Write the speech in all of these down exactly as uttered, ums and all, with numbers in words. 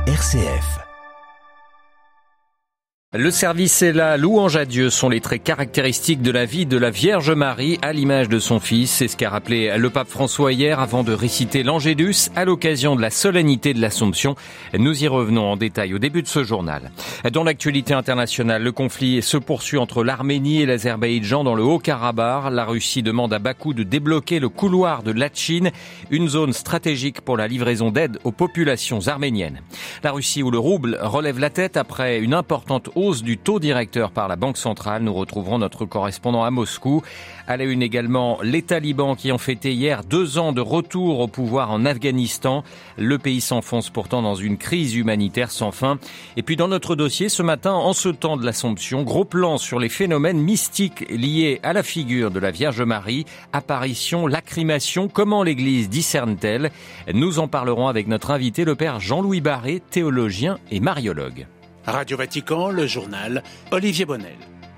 R C F. Le service et la louange à Dieu sont les traits caractéristiques de la vie de la Vierge Marie à l'image de son Fils. C'est ce qu'a rappelé le pape François hier avant de réciter l'Angélus à l'occasion de la solennité de l'Assomption. Nous y revenons en détail au début de ce journal. Dans l'actualité internationale, le conflit se poursuit entre l'Arménie et l'Azerbaïdjan dans le Haut-Karabakh. La Russie demande à Bakou de débloquer le couloir de Latchine, une zone stratégique pour la livraison d'aide aux populations arméniennes. La Russie où le rouble relève la tête après une importante hausse du taux directeur par la Banque centrale. Nous retrouverons notre correspondant à Moscou. À la une également, les talibans qui ont fêté hier deux ans de retour au pouvoir en Afghanistan. Le pays s'enfonce pourtant dans une crise humanitaire sans fin. Et puis dans notre dossier, ce matin, en ce temps de l'Assomption, gros plan sur les phénomènes mystiques liés à la figure de la Vierge Marie. Apparition, lacrymation, comment l'Église discerne-t-elle? Nous en parlerons avec notre invité, le père Jean-Louis Barré, théologien et mariologue. Radio Vatican, le journal, Olivier Bonnel.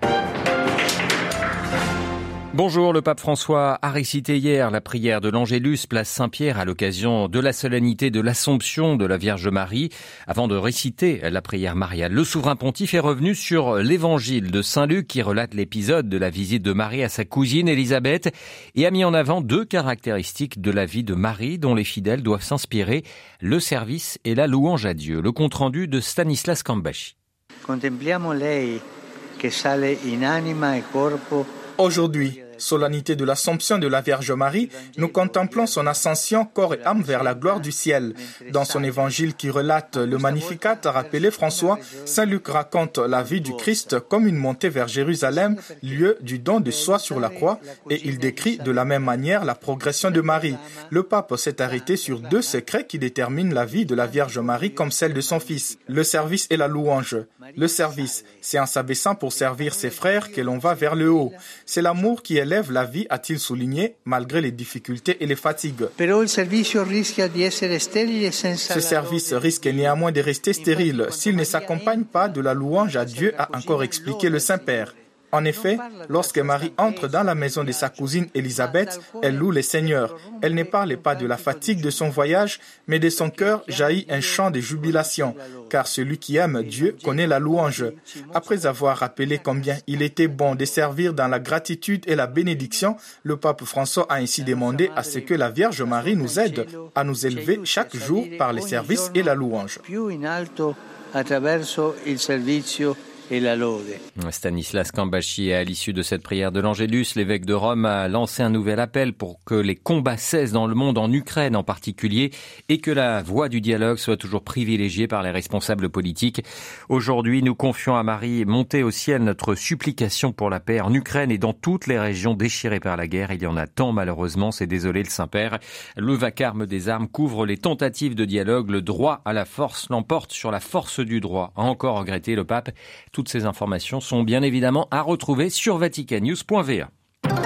Bonjour, le pape François a récité hier la prière de l'Angélus, place Saint-Pierre, à l'occasion de la solennité de l'Assomption de la Vierge Marie. Avant de réciter la prière mariale, le souverain pontife est revenu sur l'évangile de Saint Luc qui relate l'épisode de la visite de Marie à sa cousine Élisabeth et a mis en avant deux caractéristiques de la vie de Marie dont les fidèles doivent s'inspirer, le service et la louange à Dieu. Le compte-rendu de Stanislas Cambashi. Contempliamo lei che sale in anima e corpo. Aujourd'hui, solennité de l'Assomption de la Vierge Marie, nous contemplons son ascension corps et âme vers la gloire du ciel. Dans son évangile qui relate le Magnificat, rappelé François, Saint Luc raconte la vie du Christ comme une montée vers Jérusalem, lieu du don de soi sur la croix, et il décrit de la même manière la progression de Marie. Le pape s'est arrêté sur deux secrets qui déterminent la vie de la Vierge Marie comme celle de son Fils, le service et la louange. Le service, c'est en s'abaissant pour servir ses frères que l'on va vers le haut. C'est l'amour qui élève la vie, a-t-il souligné, malgré les difficultés et les fatigues. Ce service risque néanmoins de rester stérile s'il ne s'accompagne pas de la louange à Dieu, a encore expliqué le Saint-Père. En effet, lorsque Marie entre dans la maison de sa cousine Élisabeth, elle loue le Seigneur. Elle ne parle pas de la fatigue de son voyage, mais de son cœur jaillit un chant de jubilation, car celui qui aime Dieu connaît la louange. Après avoir rappelé combien il était bon de servir dans la gratitude et la bénédiction, le pape François a ainsi demandé à ce que la Vierge Marie nous aide à nous élever chaque jour par les services et la louange. Et la lode. Stanislas Cambashi, à l'issue de cette prière de l'Angélus, l'évêque de Rome a lancé un nouvel appel pour que les combats cessent dans le monde, en Ukraine en particulier, et que la voie du dialogue soit toujours privilégiée par les responsables politiques. Aujourd'hui, nous confions à Marie monter au ciel notre supplication pour la paix en Ukraine et dans toutes les régions déchirées par la guerre. Il y en a tant malheureusement, c'est désolé le Saint-Père. Le vacarme des armes couvre les tentatives de dialogue. Le droit à la force l'emporte sur la force du droit, a encore regretté le pape. Toutes ces informations sont bien évidemment à retrouver sur vatican news point v a.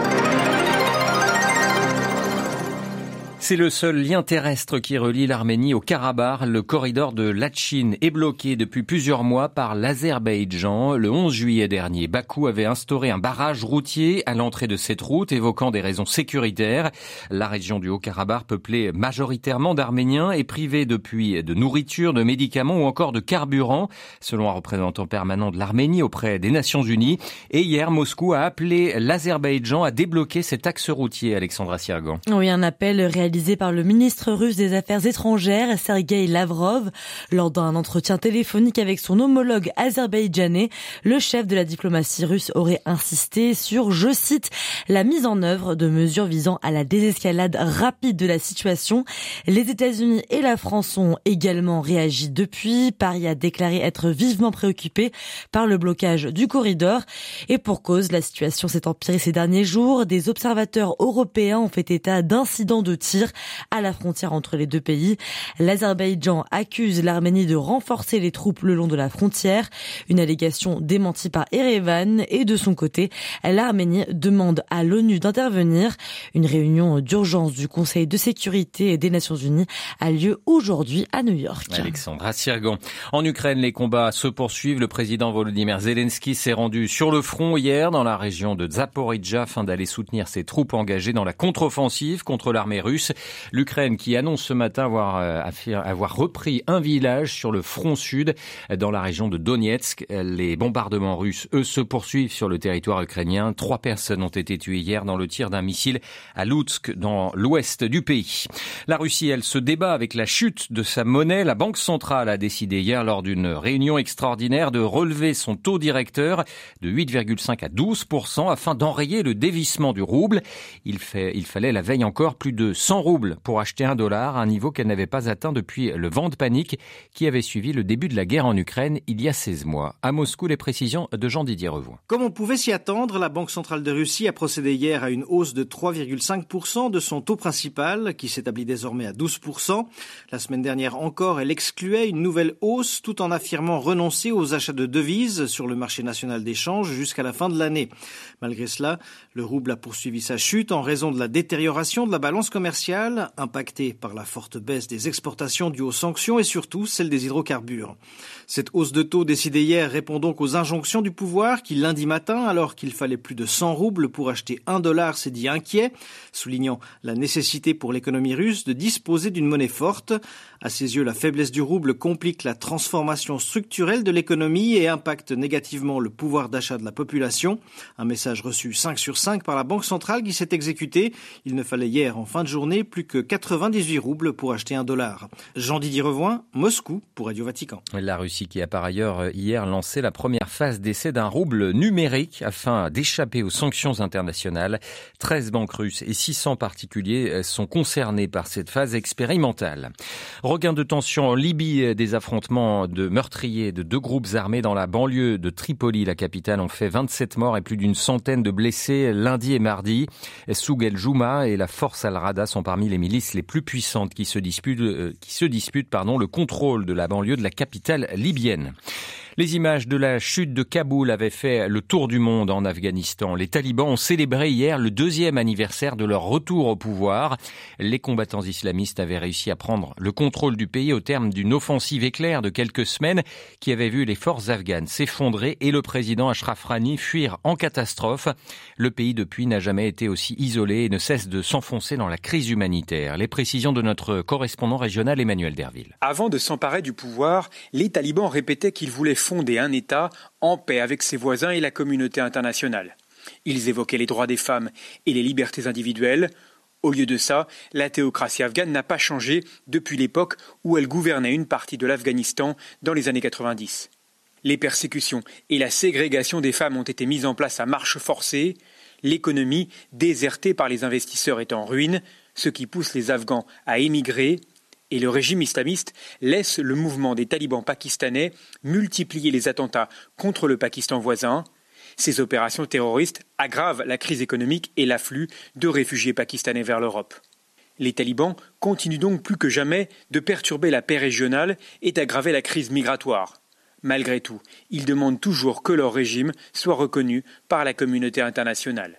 C'est le seul lien terrestre qui relie l'Arménie au Karabakh. Le corridor de Latchine est bloqué depuis plusieurs mois par l'Azerbaïdjan. Le onze juillet dernier, Bakou avait instauré un barrage routier à l'entrée de cette route, évoquant des raisons sécuritaires. La région du Haut-Karabakh, peuplée majoritairement d'Arméniens, est privée depuis de nourriture, de médicaments ou encore de carburant, selon un représentant permanent de l'Arménie auprès des Nations Unies. Et hier, Moscou a appelé l'Azerbaïdjan à débloquer cet axe routier, Alexandra Sirgan. Oui, un appel réalisé par le ministre russe des Affaires étrangères, Sergueï Lavrov. Lors d'un entretien téléphonique avec son homologue azerbaïdjanais, le chef de la diplomatie russe aurait insisté sur, je cite, la mise en œuvre de mesures visant à la désescalade rapide de la situation. Les États-Unis et la France ont également réagi depuis. Paris a déclaré être vivement préoccupé par le blocage du corridor. Et pour cause, la situation s'est empirée ces derniers jours. Des observateurs européens ont fait état d'incidents de tir à la frontière entre les deux pays. L'Azerbaïdjan accuse l'Arménie de renforcer les troupes le long de la frontière, une allégation démentie par Erevan, et de son côté, l'Arménie demande à l'ONU d'intervenir. Une réunion d'urgence du Conseil de sécurité des Nations Unies a lieu aujourd'hui à New York. Alexandra Sirgan. En Ukraine, les combats se poursuivent. Le président Volodymyr Zelensky s'est rendu sur le front hier dans la région de Zaporijjia afin d'aller soutenir ses troupes engagées dans la contre-offensive contre l'armée russe. L'Ukraine qui annonce ce matin avoir, avoir repris un village sur le front sud dans la région de Donetsk. Les bombardements russes, eux, se poursuivent sur le territoire ukrainien. Trois personnes ont été tuées hier dans le tir d'un missile à Lutsk, dans l'ouest du pays. La Russie, elle, se débat avec la chute de sa monnaie. La Banque centrale a décidé hier, lors d'une réunion extraordinaire, de relever son taux directeur de huit virgule cinq à douze pour cent afin d'enrayer le dévissement du rouble. Il, fait, il fallait la veille encore plus de cent roubles pour acheter un dollar, un niveau qu'elle n'avait pas atteint depuis le vent de panique qui avait suivi le début de la guerre en Ukraine il y a seize mois. À Moscou, les précisions de Jean-Didier Revoin. Comme on pouvait s'y attendre, la Banque centrale de Russie a procédé hier à une hausse de trois virgule cinq pour cent de son taux principal, qui s'établit désormais à douze pour cent. La semaine dernière encore, elle excluait une nouvelle hausse tout en affirmant renoncer aux achats de devises sur le marché national d'échange jusqu'à la fin de l'année. Malgré cela, le rouble a poursuivi sa chute en raison de la détérioration de la balance commerciale, impactée par la forte baisse des exportations dues aux sanctions et surtout celle des hydrocarbures. Cette hausse de taux décidée hier répond donc aux injonctions du pouvoir qui, lundi matin, alors qu'il fallait plus de cent roubles pour acheter un dollar, s'est dit inquiet, soulignant la nécessité pour l'économie russe de disposer d'une monnaie forte. À ses yeux, la faiblesse du rouble complique la transformation structurelle de l'économie et impacte négativement le pouvoir d'achat de la population. Un message reçu cinq sur cinq par la Banque centrale qui s'est exécutée. Il ne fallait hier, en fin de journée, plus que quatre-vingt-dix-huit roubles pour acheter un dollar. Jean-Didier Revoin, Moscou, pour Radio Vatican. La Russie qui a par ailleurs hier lancé la première phase d'essai d'un rouble numérique afin d'échapper aux sanctions internationales. treize banques russes et six cents particuliers sont concernés par cette phase expérimentale. Regain de tension en Libye, des affrontements de meurtriers de deux groupes armés dans la banlieue de Tripoli, la capitale, ont fait vingt-sept morts et plus d'une centaine de blessés lundi et mardi. Soug el-Jouma et la force al-Rada sont parmi les milices les plus puissantes qui se disputent, euh, qui se disputent pardon, le contrôle de la banlieue de la capitale libyenne. Les images de la chute de Kaboul avaient fait le tour du monde en Afghanistan. Les talibans ont célébré hier le deuxième anniversaire de leur retour au pouvoir. Les combattants islamistes avaient réussi à prendre le contrôle du pays au terme d'une offensive éclair de quelques semaines qui avait vu les forces afghanes s'effondrer et le président Ashraf Ghani fuir en catastrophe. Le pays depuis n'a jamais été aussi isolé et ne cesse de s'enfoncer dans la crise humanitaire. Les précisions de notre correspondant régional Emmanuel Derville. Avant de s'emparer du pouvoir, les talibans répétaient qu'ils voulaient fonder un État en paix avec ses voisins et la communauté internationale. Ils évoquaient les droits des femmes et les libertés individuelles. Au lieu de ça, la théocratie afghane n'a pas changé depuis l'époque où elle gouvernait une partie de l'Afghanistan dans les années quatre-vingt-dix. Les persécutions et la ségrégation des femmes ont été mises en place à marche forcée. L'économie, désertée par les investisseurs, est en ruine, ce qui pousse les Afghans à émigrer. Et le régime islamiste laisse le mouvement des talibans pakistanais multiplier les attentats contre le Pakistan voisin. Ces opérations terroristes aggravent la crise économique et l'afflux de réfugiés pakistanais vers l'Europe. Les talibans continuent donc plus que jamais de perturber la paix régionale et d'aggraver la crise migratoire. Malgré tout, ils demandent toujours que leur régime soit reconnu par la communauté internationale.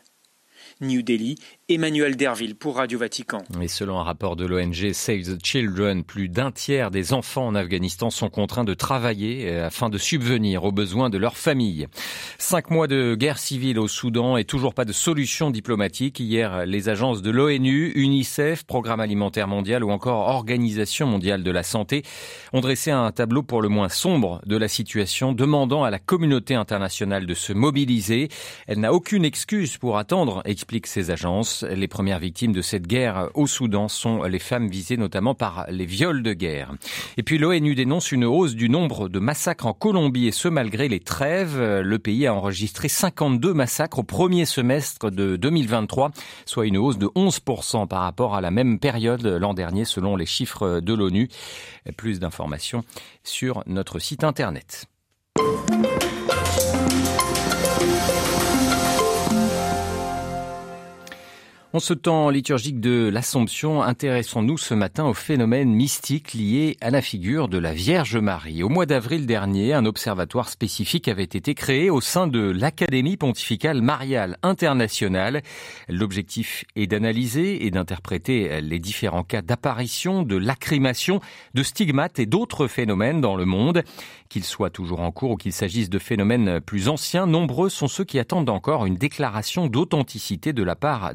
New Delhi, Emmanuel Derville pour Radio Vatican. Et selon un rapport de l'O N G Save the Children, plus d'un tiers des enfants en Afghanistan sont contraints de travailler afin de subvenir aux besoins de leur famille. Cinq mois de guerre civile au Soudan et toujours pas de solution diplomatique. Hier, les agences de l'ONU, UNICEF, Programme alimentaire mondial ou encore Organisation mondiale de la santé ont dressé un tableau pour le moins sombre de la situation, demandant à la communauté internationale de se mobiliser. Elle n'a aucune excuse pour attendre, expliquent ces agences. Les premières victimes de cette guerre au Soudan sont les femmes visées notamment par les viols de guerre. Et puis l'ONU dénonce une hausse du nombre de massacres en Colombie et ce malgré les trêves. Le pays a enregistré cinquante-deux massacres au premier semestre de deux mille vingt-trois, soit une hausse de onze pour cent par rapport à la même période l'an dernier selon les chiffres de l'ONU. Plus d'informations sur notre site internet. En ce temps liturgique de l'Assomption, intéressons-nous ce matin au phénomène mystique lié à la figure de la Vierge Marie. Au mois d'avril dernier, un observatoire spécifique avait été créé au sein de l'Académie pontificale mariale internationale. L'objectif est d'analyser et d'interpréter les différents cas d'apparition, de lacrymation, de stigmates et d'autres phénomènes dans le monde. Qu'ils soient toujours en cours ou qu'il s'agisse de phénomènes plus anciens, nombreux sont ceux qui attendent encore une déclaration d'authenticité de la part de l'Église.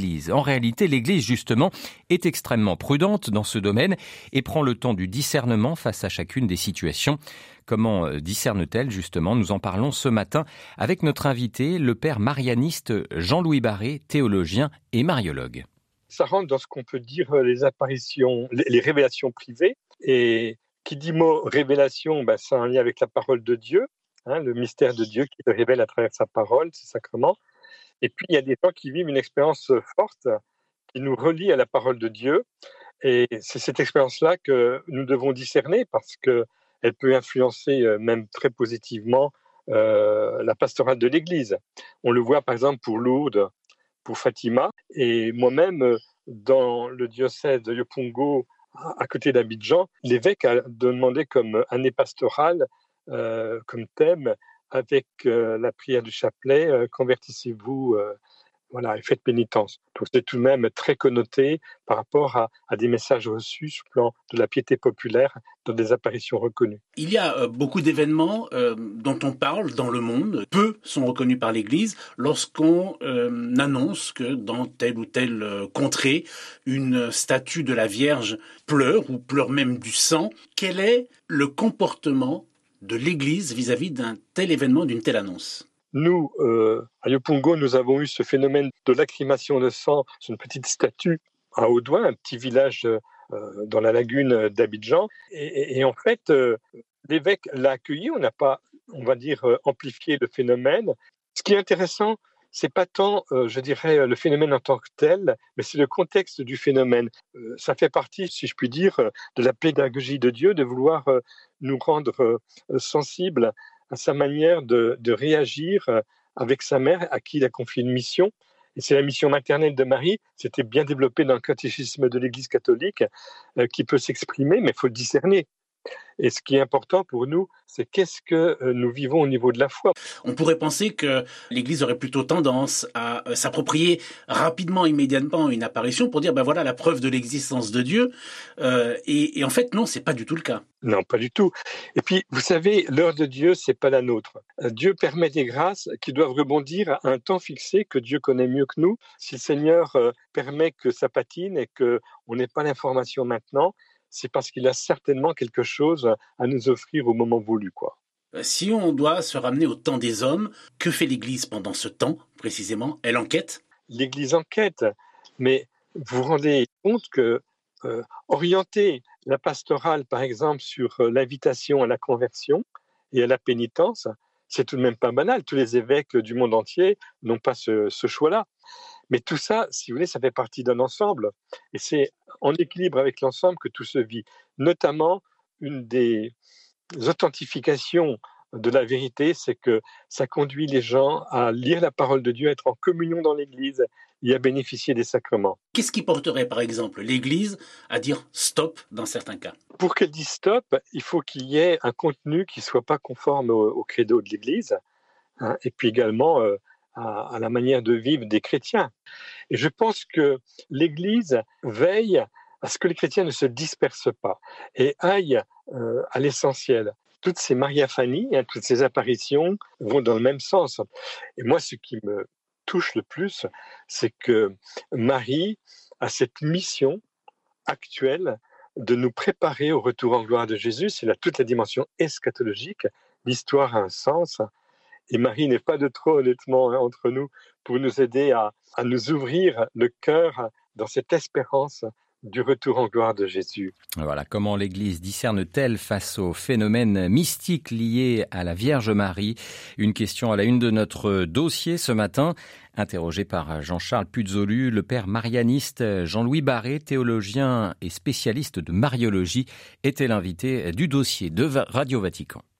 l'Église. En réalité, l'Église, justement, est extrêmement prudente dans ce domaine et prend le temps du discernement face à chacune des situations. Comment discerne-t-elle, justement? Nous en parlons ce matin avec notre invité, le père marianiste Jean-Louis Barré, théologien et mariologue. Ça rentre dans ce qu'on peut dire les apparitions, les révélations privées. Et qui dit mot révélation, ben, c'est un lien avec la parole de Dieu, hein, le mystère de Dieu qui se révèle à travers sa parole, ses sacrements. Et puis il y a des gens qui vivent une expérience forte qui nous relie à la parole de Dieu. Et c'est cette expérience-là que nous devons discerner parce qu'elle peut influencer même très positivement euh, la pastorale de l'Église. On le voit par exemple pour Lourdes, pour Fatima. Et moi-même, dans le diocèse de Yopungo, à côté d'Abidjan, l'évêque a demandé comme année pastorale, euh, comme thème, avec euh, la prière du chapelet, euh, convertissez-vous, euh, voilà, et faites pénitence. Donc c'est tout de même très connoté par rapport à, à des messages reçus sur le plan de la piété populaire dans des apparitions reconnues. Il y a euh, beaucoup d'événements euh, dont on parle dans le monde. Peu sont reconnus par l'Église lorsqu'on euh, annonce que dans telle ou telle euh, contrée, une statue de la Vierge pleure ou pleure même du sang. Quel est le comportement de l'Église vis-à-vis d'un tel événement, d'une telle annonce ? Nous, euh, à Yopungo, nous avons eu ce phénomène de lacrymation de sang sur une petite statue à Audouin, un petit village euh, dans la lagune d'Abidjan. Et, et, et en fait, euh, l'évêque l'a accueilli. On n'a pas, on va dire, euh, amplifié le phénomène. Ce qui est intéressant, c'est pas tant, euh, je dirais, le phénomène en tant que tel, mais c'est le contexte du phénomène. Euh, ça fait partie, si je puis dire, de la pédagogie de Dieu, de vouloir euh, nous rendre euh, sensibles à sa manière de, de réagir avec sa mère, à qui il a confié une mission. Et c'est la mission maternelle de Marie. C'était bien développé dans le catéchisme de l'Église catholique, euh, qui peut s'exprimer, mais il faut le discerner. Et ce qui est important pour nous, c'est qu'est-ce que nous vivons au niveau de la foi. On pourrait penser que l'Église aurait plutôt tendance à s'approprier rapidement, immédiatement une apparition pour dire, ben voilà la preuve de l'existence de Dieu. Euh, et, et en fait, non, c'est pas du tout le cas. Non, pas du tout. Et puis, vous savez, l'heure de Dieu, c'est pas la nôtre. Dieu permet des grâces qui doivent rebondir à un temps fixé que Dieu connaît mieux que nous. Si le Seigneur permet que ça patine et que on n'ait pas l'information maintenant, c'est parce qu'il a certainement quelque chose à nous offrir au moment voulu, quoi. Si on doit se ramener au temps des hommes, que fait l'Église pendant ce temps, précisément? Elle enquête? L'Église enquête, mais vous vous rendez compte que euh, orienter la pastorale, par exemple, sur euh, l'invitation à la conversion et à la pénitence, c'est tout de même pas banal. Tous les évêques du monde entier n'ont pas ce, ce choix-là. Mais tout ça, si vous voulez, ça fait partie d'un ensemble. Et c'est en équilibre avec l'ensemble que tout se vit. Notamment, une des authentifications de la vérité, c'est que ça conduit les gens à lire la parole de Dieu, à être en communion dans l'Église et à bénéficier des sacrements. Qu'est-ce qui porterait, par exemple, l'Église à dire stop dans certains cas? Pour qu'elle dise stop, il faut qu'il y ait un contenu qui ne soit pas conforme au, au credo de l'Église, hein, et puis également euh, à, à la manière de vivre des chrétiens. Et je pense que l'Église veille à ce que les chrétiens ne se dispersent pas et aillent euh, à l'essentiel. Toutes ces mariaphanies, hein, toutes ces apparitions vont dans le même sens. Et moi, ce qui me touche le plus, c'est que Marie a cette mission actuelle de nous préparer au retour en gloire de Jésus. C'est là toute la dimension eschatologique. L'histoire a un sens. Et Marie n'est pas de trop, honnêtement, hein, entre nous, pour nous aider à, à nous ouvrir le cœur dans cette espérance du retour en gloire de Jésus. Voilà, comment l'Église discerne-t-elle face aux phénomènes mystiques liés à la Vierge Marie? Une question à la une de notre dossier ce matin. Interrogé par Jean-Charles Puzolu, le père marianiste Jean-Louis Barré, théologien et spécialiste de mariologie, était l'invité du dossier de Radio Vatican.